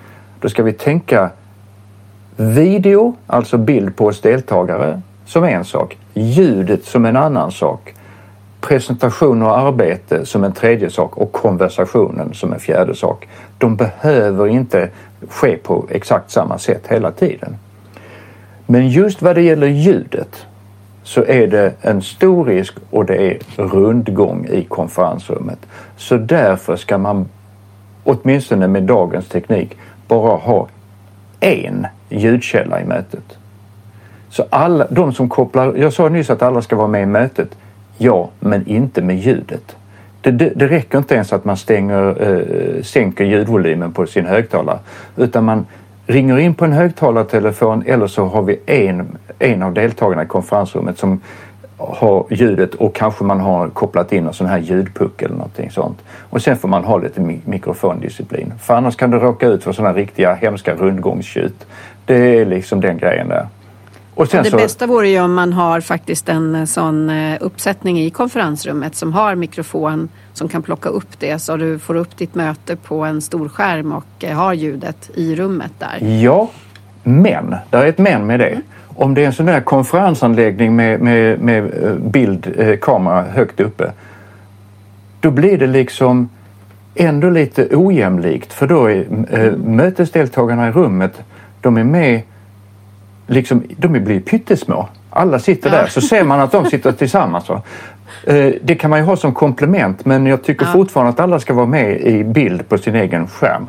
då ska vi tänka video, alltså bild på oss deltagare, som en sak. Ljudet som en annan sak. Presentation och arbete som en tredje sak och konversationen som en fjärde sak. De behöver inte ske på exakt samma sätt hela tiden. Men just vad det gäller ljudet så är det en stor risk och det är rundgång i konferensrummet. Så därför ska man, åtminstone med dagens teknik, bara ha en ljudkälla i mötet. Så alla de som kopplar, jag sa nyss att alla ska vara med i mötet, ja, men inte med ljudet. Det räcker inte ens att man sänker ljudvolymen på sin högtalare, utan man ringer in på en högtalartelefon eller så har vi en av deltagarna i konferensrummet som har ljudet och kanske man har kopplat in en sån här ljudpuck eller någonting sånt. Och sen får man ha lite mikrofondisciplin. För annars kan det råka ut för sådana riktiga hemska rundgångstjut. Det är liksom den grejen där. Och sen
bästa vore ju om man har faktiskt en sån uppsättning i konferensrummet som har mikrofon som kan plocka upp det så du får upp ditt möte på en stor skärm och har ljudet i rummet där.
Ja, men, där är ett men med det. Om det är en sån där konferensanläggning med kamera högt uppe, då blir det liksom ändå lite ojämlikt, för då är mötesdeltagarna i rummet, de är med liksom, de blir pyttesmå. Alla sitter där, så ser man att de sitter tillsammans. Det kan man ju ha som komplement, men jag tycker fortfarande att alla ska vara med i bild på sin egen skärm.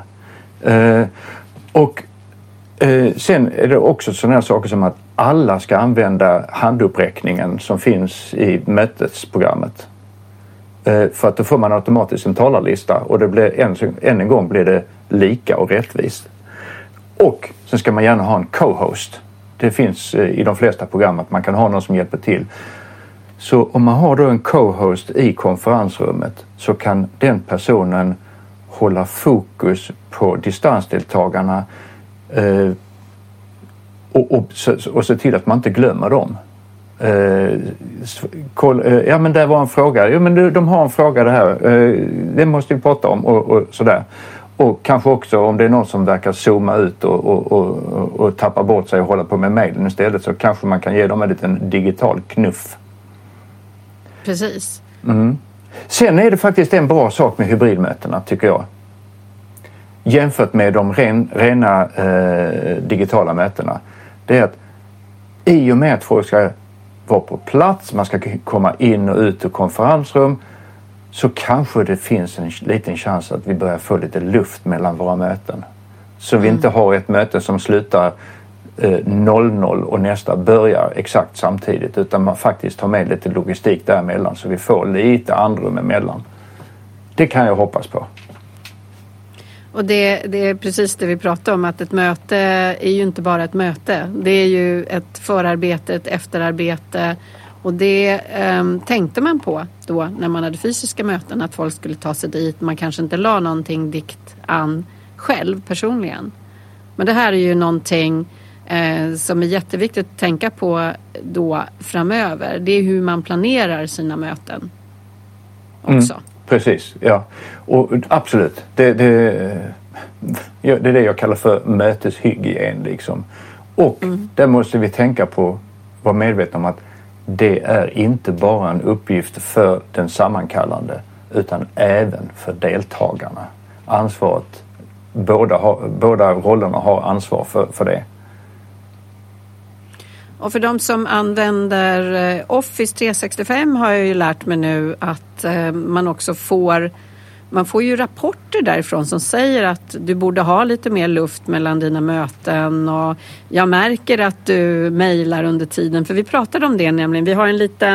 Sen är det också sådana här saker som att alla ska använda handuppräckningen som finns i mötesprogrammet. För att då får man automatiskt en talarlista och det blir än en gång blir det lika och rättvist. Och sen ska man gärna ha en co-host. Det finns i de flesta program att man kan ha någon som hjälper till. Så om man har då en co-host i konferensrummet så kan den personen hålla fokus på distansdeltagarna och se till att man inte glömmer dem. Ja, men det var en fråga. Ja, men de har en fråga det här. Det måste vi prata om och sådär. Och kanske också om det är någon som verkar zooma ut och tappa bort sig och hålla på med mejlen istället, så kanske man kan ge dem en liten digital knuff.
Precis.
Sen är det faktiskt en bra sak med hybridmötena, tycker jag. Jämfört med de rena digitala mötena. Det är att i och med att folk ska vara på plats, man ska komma in och ut ur konferensrum, så kanske det finns en liten chans att vi börjar få lite luft mellan våra möten. Så vi inte har ett möte som slutar 00 och nästa börjar exakt samtidigt, utan man faktiskt har med lite logistik däremellan så vi får lite andrum emellan. Det kan jag hoppas på.
Och det är precis det vi pratar om, att ett möte är ju inte bara ett möte. Det är ju ett förarbete, ett efterarbete. Och det tänkte man på då när man hade fysiska möten, att folk skulle ta sig dit. Man kanske inte la någonting dikt an själv personligen. Men det här är ju någonting som är jätteviktigt att tänka på då framöver. Det är hur man planerar sina möten också.
Precis, ja. Och absolut. Det är det jag kallar för möteshygien liksom. Och där måste vi tänka på, vara medvetna om att det är inte bara en uppgift för den sammankallande utan även för deltagarna. Ansvaret, båda rollerna har ansvar för det.
Och för de som använder Office 365 har jag ju lärt mig nu att man också får ju rapporter därifrån som säger att du borde ha lite mer luft mellan dina möten, och jag märker att du mejlar under tiden, för vi pratade om det nämligen. Vi har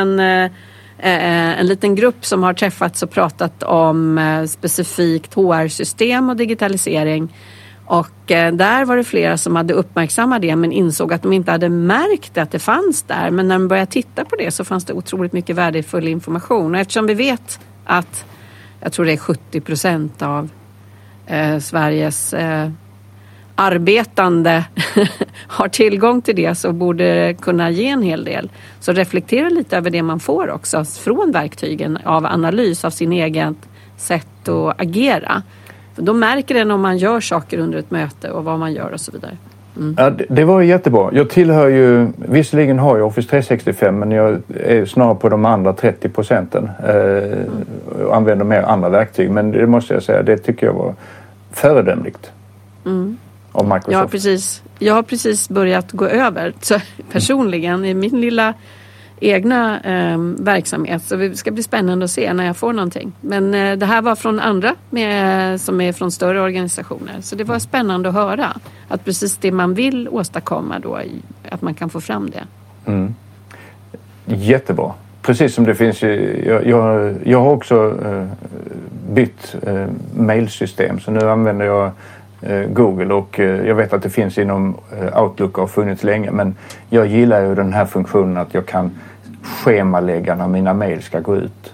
en liten grupp som har träffats och pratat om specifikt HR-system och digitalisering. Och där var det flera som hade uppmärksammat det men insåg att de inte hade märkt att det fanns där. Men när de började titta på det så fanns det otroligt mycket värdefull information. Och eftersom vi vet att jag tror det är 70% av Sveriges arbetande har tillgång till det, så borde det kunna ge en hel del. Så reflektera lite över det man får också från verktygen av analys av sin egen sätt att agera. För då märker den om man gör saker under ett möte och vad man gör och så vidare.
Ja, det var ju jättebra. Jag tillhör ju, visserligen har jag Office 365 men jag är snarare på de andra 30% och använder mer andra verktyg. Men det måste jag säga, det tycker jag var föredömligt av Microsoft.
Jag har precis börjat gå över så personligen i min lilla egna verksamhet. Så det ska bli spännande att se när jag får någonting. Men det här var från andra som är från större organisationer. Så det var spännande att höra att precis det man vill åstadkomma då, att man kan få fram det.
Jättebra. Precis som det finns jag har också bytt mailsystem. Så nu använder jag Google och jag vet att det finns inom Outlook och har funnits länge. Men jag gillar ju den här funktionen att jag kan schemalägga när mina mejl ska gå ut.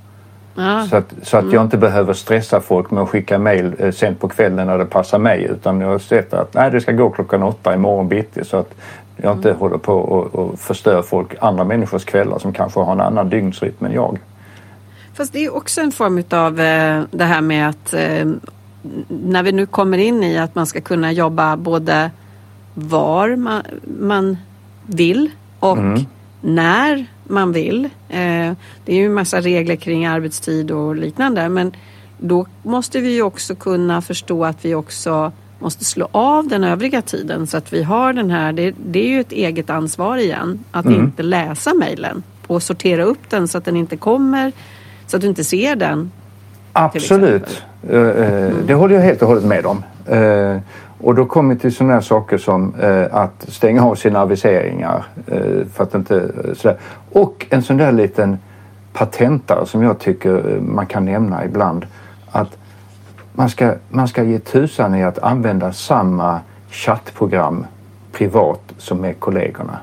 Så att jag inte behöver stressa folk med att skicka mejl sent på kvällen när det passar mig. Utan jag har sett att det ska gå 8:00 imorgon bitti så att jag inte håller på och förstör andra människors kvällar som kanske har en annan dygnsrytm än jag.
Fast det är också en form av det här med att när vi nu kommer in i att man ska kunna jobba både var man vill och när man vill. Det är ju en massa regler kring arbetstid och liknande, men då måste vi ju också kunna förstå att vi också måste slå av den övriga tiden så att vi har den här, det är ju ett eget ansvar igen att inte läsa mejlen och sortera upp den så att den inte kommer, så att du inte ser den.
Absolut. Det håller jag helt och hållet med om. Och då kommer vi till sådana här saker som att stänga av sina aviseringar för att inte sådär. Och en sån där liten patentare som jag tycker man kan nämna ibland, att man ska ge tusan i att använda samma chattprogram privat som med kollegorna.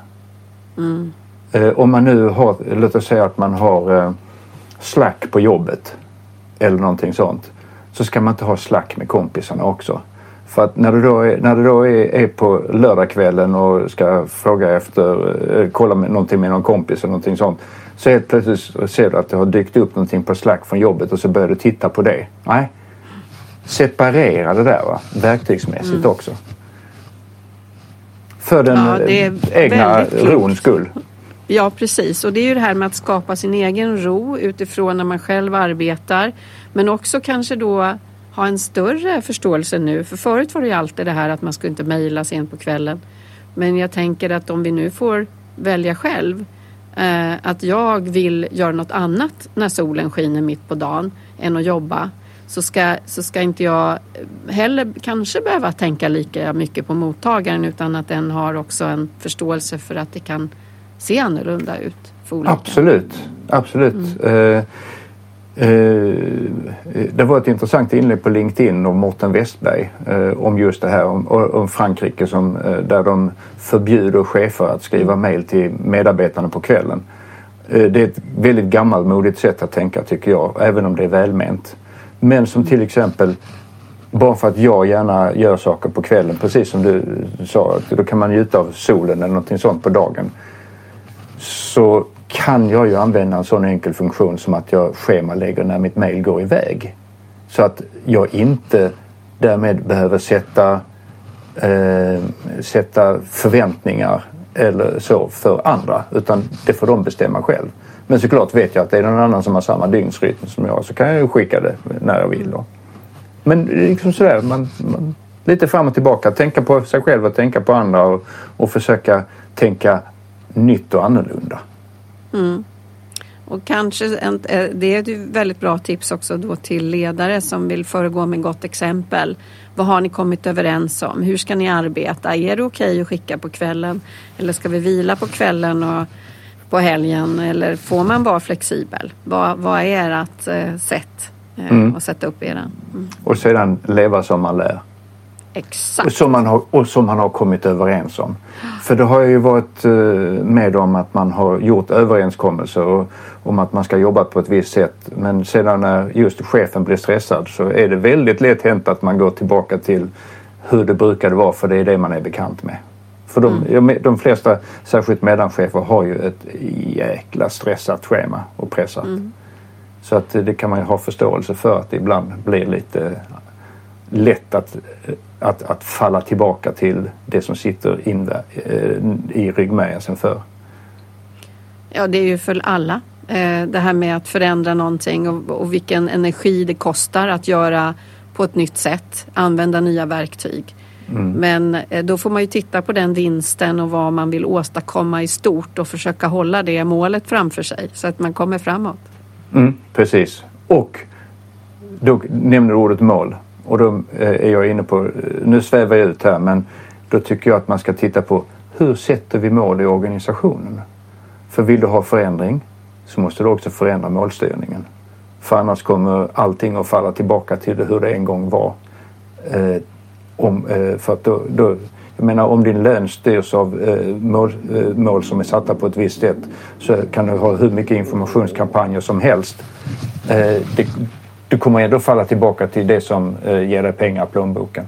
Om man nu har, låt oss säga att man har Slack på jobbet eller någonting sånt, så ska man inte ha Slack med kompisarna också. För att när du då är på lördagskvällen och ska fråga kolla med någonting med någon kompis eller någonting sånt, så helt plötsligt ser du att det har dykt upp någonting på Slack från jobbet och så börjar du titta på det. Nej, separera det där verktygsmässigt också. För den egna rons skull.
Ja, precis. Och det är ju det här med att skapa sin egen ro utifrån när man själv arbetar. Men också kanske då ha en större förståelse nu. För förut var det ju alltid det här att man skulle inte mejla sent på kvällen. Men jag tänker att om vi nu får välja själv att jag vill göra något annat när solen skiner mitt på dagen än att jobba, så ska inte jag heller kanske behöva tänka lika mycket på mottagaren, utan att den har också en förståelse för att det kan se annorlunda ut för olika. Absolut. Det var ett intressant inlägg på LinkedIn om Mårten Westberg om just det här om Frankrike där de förbjuder chefer att skriva mejl till medarbetarna på kvällen. Det är ett väldigt gammalmodigt sätt att tänka, tycker jag, även om det är välment. Men som till exempel, bara för att jag gärna gör saker på kvällen, precis som du sa, då kan man njuta av solen eller någonting sånt på dagen, så kan jag ju använda en sån enkel funktion som att jag schemalägger när mitt mejl går iväg. Så att jag inte därmed behöver sätta förväntningar eller så för andra, utan det får de bestämma själv. Men såklart vet jag att det är någon annan som har samma dygnsrytm som jag, så kan jag ju skicka det när jag vill då. Men liksom sådär, man lite fram och tillbaka, tänka på sig själv och tänka på andra och försöka tänka nytt och annorlunda. Och kanske det är ett väldigt bra tips också då till ledare som vill föregå med gott exempel. Vad har ni kommit överens om? Hur ska ni arbeta? Är det okej att skicka på kvällen? Eller ska vi vila på kvällen och på helgen? Eller får man vara flexibel? Vad är ert sätt att sätta upp era?
Och sedan leva som man lär.
Exakt.
Som man har kommit överens om. För det har ju varit med om att man har gjort överenskommelser om att man ska jobba på ett visst sätt. Men sedan när just chefen blir stressad så är det väldigt lätt hänt att man går tillbaka till hur det brukade vara, för det är det man är bekant med. För de flesta, särskilt mellanchefer, har ju ett jäkla stressat schema och pressat. Så att det kan man ju ha förståelse för, att det ibland blir lite lätt att falla tillbaka till det som sitter i ryggmärgen sen för.
Ja, det är ju för alla. Det här med att förändra någonting och vilken energi det kostar att göra på ett nytt sätt. Använda nya verktyg. Men då får man ju titta på den vinsten och vad man vill åstadkomma i stort och försöka hålla det målet framför sig så att man kommer framåt.
Precis. Och då nämner du ordet mål. Och då är jag inne på, nu svävar jag ut här, men då tycker jag att man ska titta på hur sätter vi mål i organisationen? För vill du ha förändring så måste du också förändra målstyrningen. För annars kommer allting att falla tillbaka till hur det en gång var. För att då, jag menar, om din lön styrs av mål som är satta på ett visst sätt så kan du ha hur mycket informationskampanjer som helst. Du kommer ändå falla tillbaka till det som ger dig pengar i plånboken.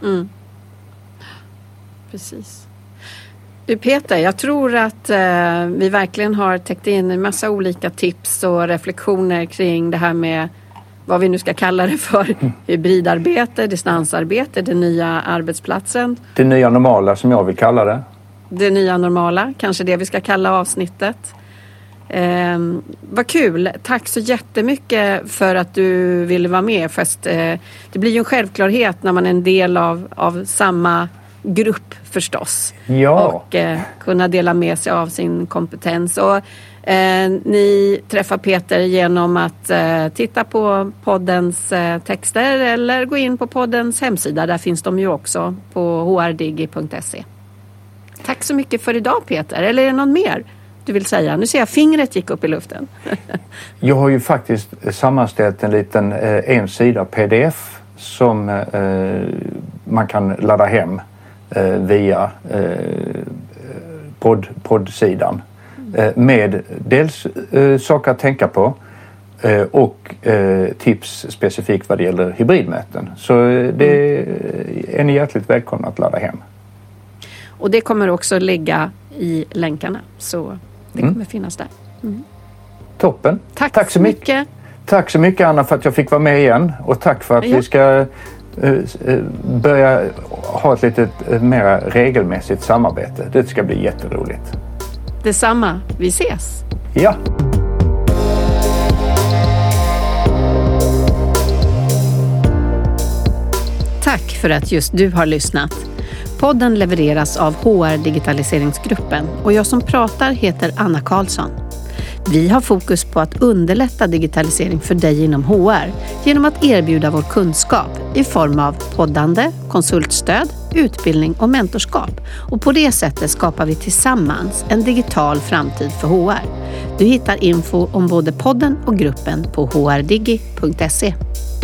Precis. Du Peter, jag tror att vi verkligen har täckt in en massa olika tips och reflektioner kring det här med vad vi nu ska kalla det för. Hybridarbete, distansarbete, den nya arbetsplatsen.
Det nya normala som jag vill kalla det.
Det nya normala, kanske det vi ska kalla avsnittet. Vad kul, tack så jättemycket för att du ville vara med. Fast det blir ju en självklarhet när man är en del av samma grupp förstås.
Ja.
Och kunna dela med sig av sin kompetens. Och ni träffar Peter genom att titta på poddens texter eller gå in på poddens hemsida. Där finns de ju också på hrdigi.se. Tack så mycket för idag Peter. Eller är det någon mer du vill säga? Nu ser jag fingret gick upp i luften.
Jag har ju faktiskt sammanställt en liten en sida pdf som man kan ladda hem via poddsidan med dels saker att tänka på och tips specifikt vad det gäller hybridmöten. Så det är ni hjärtligt välkomna att ladda hem.
Och det kommer också ligga i länkarna, så det kommer finnas där.
Toppen.
Tack så mycket.
Tack så mycket Anna för att jag fick vara med igen, och tack för att vi ska börja ha ett lite mer regelmässigt samarbete. Det ska bli jätteroligt.
Detsamma. Vi ses.
Ja.
Tack för att just du har lyssnat. Podden levereras av HR Digitaliseringsgruppen och jag som pratar heter Anna Karlsson. Vi har fokus på att underlätta digitalisering för dig inom HR genom att erbjuda vår kunskap i form av poddande, konsultstöd, utbildning och mentorskap. Och på det sättet skapar vi tillsammans en digital framtid för HR. Du hittar info om både podden och gruppen på hrdigi.se.